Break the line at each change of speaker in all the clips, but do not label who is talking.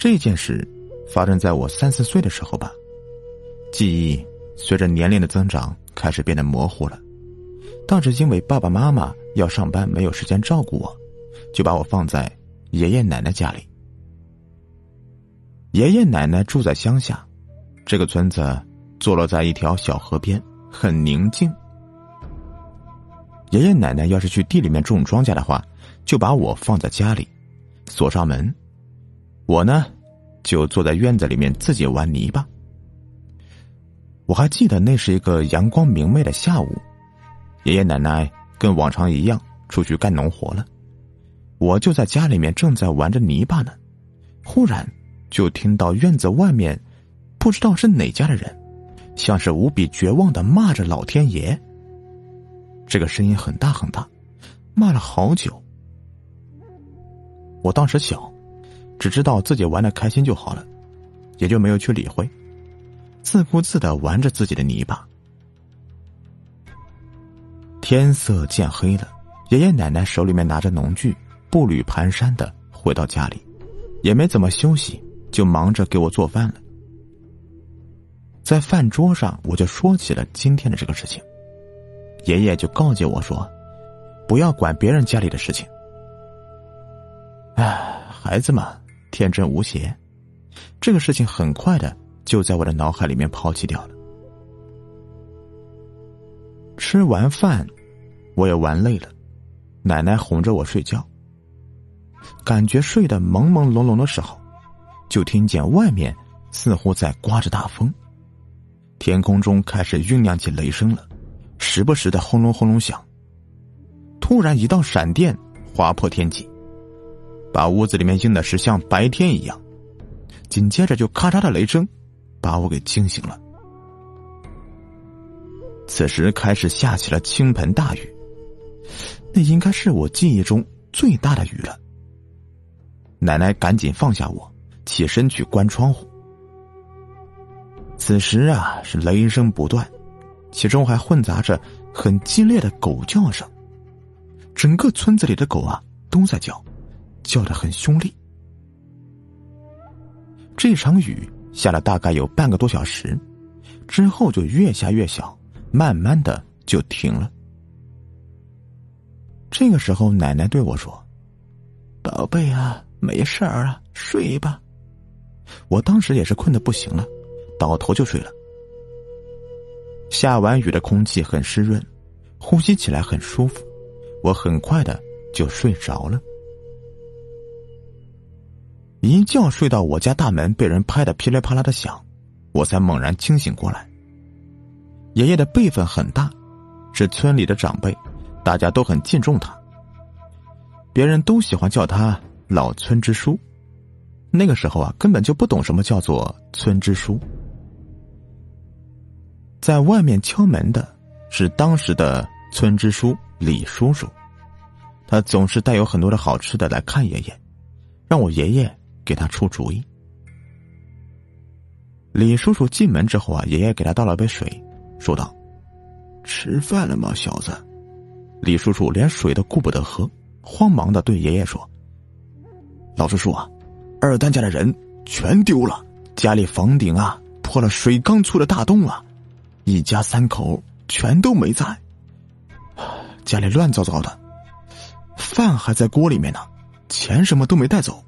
这件事发生在我3、4岁的时候吧，记忆随着年龄的增长开始变得模糊了。当时因为爸爸妈妈要上班，没有时间照顾我，就把我放在爷爷奶奶家里。爷爷奶奶住在乡下，这个村子坐落在一条小河边，很宁静。爷爷奶奶要是去地里面种庄稼的话，就把我放在家里，锁上门。我呢，就坐在院子里面自己玩泥巴。我还记得那是一个阳光明媚的下午，爷爷奶奶跟往常一样出去干农活了，我就在家里面正在玩着泥巴呢。忽然就听到院子外面不知道是哪家的人，像是无比绝望地骂着老天爷。这个声音很大很大，骂了好久。我当时小，只知道自己玩得开心就好了，也就没有去理会，自顾自地玩着自己的泥巴。天色渐黑了，爷爷奶奶手里面拿着农具，步履蹒跚地回到家里，也没怎么休息，就忙着给我做饭了。在饭桌上，我就说起了今天的这个事情。爷爷就告诫我说，不要管别人家里的事情。孩子嘛，天真无邪，这个事情很快的就在我的脑海里面抛弃掉了。吃完饭，我也玩累了，奶奶哄着我睡觉。感觉睡得朦朦胧胧的时候，就听见外面似乎在刮着大风，天空中开始酝酿起雷声了，时不时的轰隆轰隆响。突然一道闪电划破天际，把屋子里面映的是像白天一样，紧接着就咔嚓的雷声把我给惊醒了。此时开始下起了倾盆大雨，那应该是我记忆中最大的雨了。奶奶赶紧放下我，起身去关窗户。此时啊，是雷声不断，其中还混杂着很激烈的狗叫声，整个村子里的狗啊都在叫，叫得很凶厉。这场雨下了大概有半个多小时，之后就越下越小，慢慢的就停了。这个时候奶奶对我说，宝贝啊，没事儿啊，睡吧。我当时也是困得不行了，倒头就睡了。下完雨的空气很湿润，呼吸起来很舒服，我很快的就睡着了。一觉睡到我家大门被人拍得噼里啪啦的响，我才猛然清醒过来。爷爷的辈分很大，是村里的长辈，大家都很敬重他，别人都喜欢叫他老村支书。那个时候啊，根本就不懂什么叫做村支书。在外面敲门的是当时的村支书李叔叔，他总是带有很多的好吃的来看爷爷，让我爷爷给他出主意。李叔叔进门之后啊，爷爷给他倒了杯水，说道，吃饭了吗，小子？李叔叔连水都顾不得喝，慌忙的对爷爷说，老叔叔啊，二蛋家的人全丢了，家里房顶啊破了水缸粗的大洞啊，一家3口全都没在，家里乱糟糟的，饭还在锅里面呢，钱什么都没带走。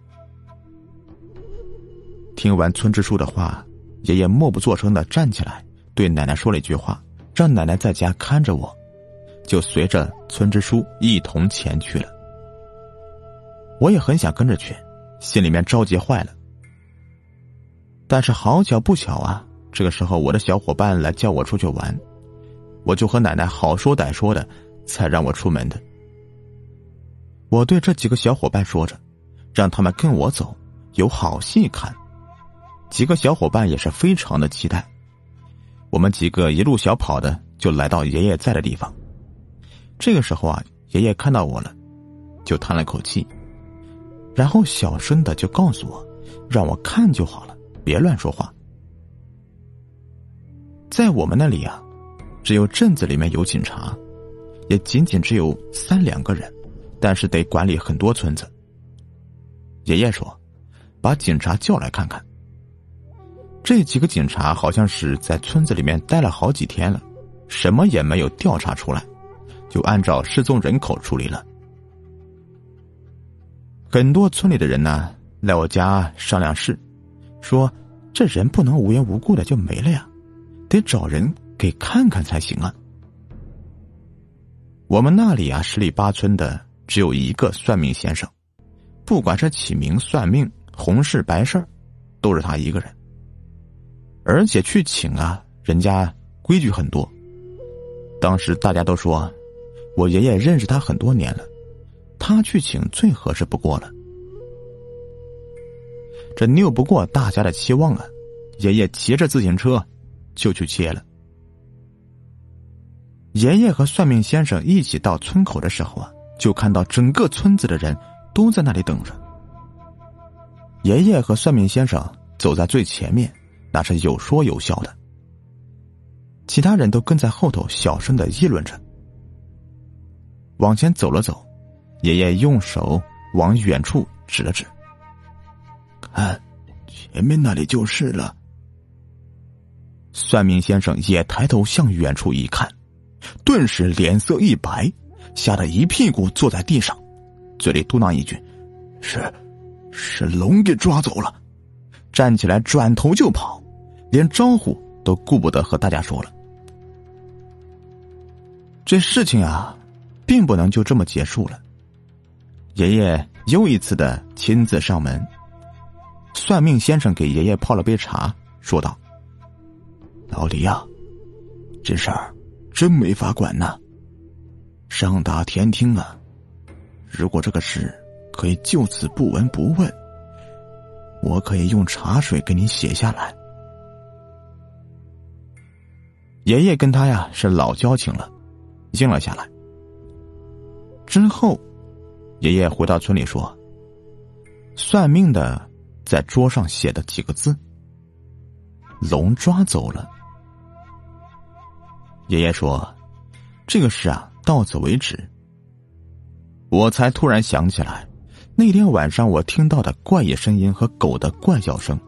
听完村支书的话，爷爷默不作声的站起来，对奶奶说了一句话，让奶奶在家看着我，就随着村支书一同前去了。我也很想跟着去，心里面着急坏了。但是好巧不巧啊，这个时候我的小伙伴来叫我出去玩，我就和奶奶好说歹说的才让我出门的。我对这几个小伙伴说着，让他们跟我走，有好戏看。几个小伙伴也是非常的期待，我们几个一路小跑的就来到爷爷在的地方。这个时候啊，爷爷看到我了，就叹了口气，然后小声的就告诉我，让我看就好了，别乱说话。在我们那里啊，只有镇子里面有警察，也仅仅只有3、2个人，但是得管理很多村子。爷爷说， 把警察叫来看看。这几个警察好像是在村子里面待了好几天了，什么也没有调查出来，就按照失踪人口处理了。很多村里的人呢来我家商量事，说这人不能无缘无故的就没了呀，得找人给看看才行啊。我们那里啊十里八村的只有一个算命先生，不管是起名算命红事白事都是他一个人，而且去请啊人家规矩很多。当时大家都说我爷爷认识他很多年了，他去请最合适不过了。这拗不过大家的期望啊，爷爷骑着自行车就去接了。爷爷和算命先生一起到村口的时候啊，就看到整个村子的人都在那里等着。爷爷和算命先生走在最前面，那是有说有笑的，其他人都跟在后头小声的议论着。往前走了走，爷爷用手往远处指了指，看，前面那里就是了。算命先生也抬头向远处一看，顿时脸色一白，吓得一屁股坐在地上，嘴里嘟囔一句：是龙给抓走了。站起来转头就跑，连招呼都顾不得和大家说了。这事情啊并不能就这么结束了，爷爷又一次的亲自上门。算命先生给爷爷泡了杯茶，说道：老李啊，这事儿真没法管呐，上达天听啊，如果这个事可以就此不闻不问，我可以用茶水给你写下来。爷爷跟他呀是老交情了，应了下来。之后爷爷回到村里说，算命的在桌上写的几个字：龙抓走了。爷爷说，这个事啊到此为止。我才突然想起来，那天晚上我听到的怪异声音和狗的怪叫声。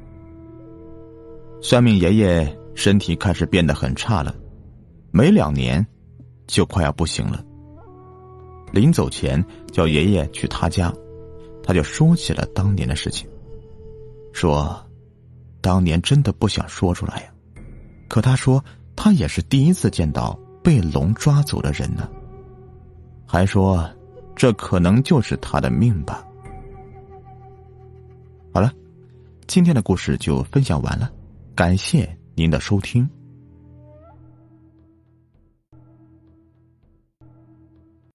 算命爷爷身体开始变得很差了，没2年就快要不行了。临走前叫爷爷去他家，他就说起了当年的事情，说当年真的不想说出来呀，可他说他也是第一次见到被龙抓走的人呢，还说这可能就是他的命吧。好了，今天的故事就分享完了，感谢您的收听。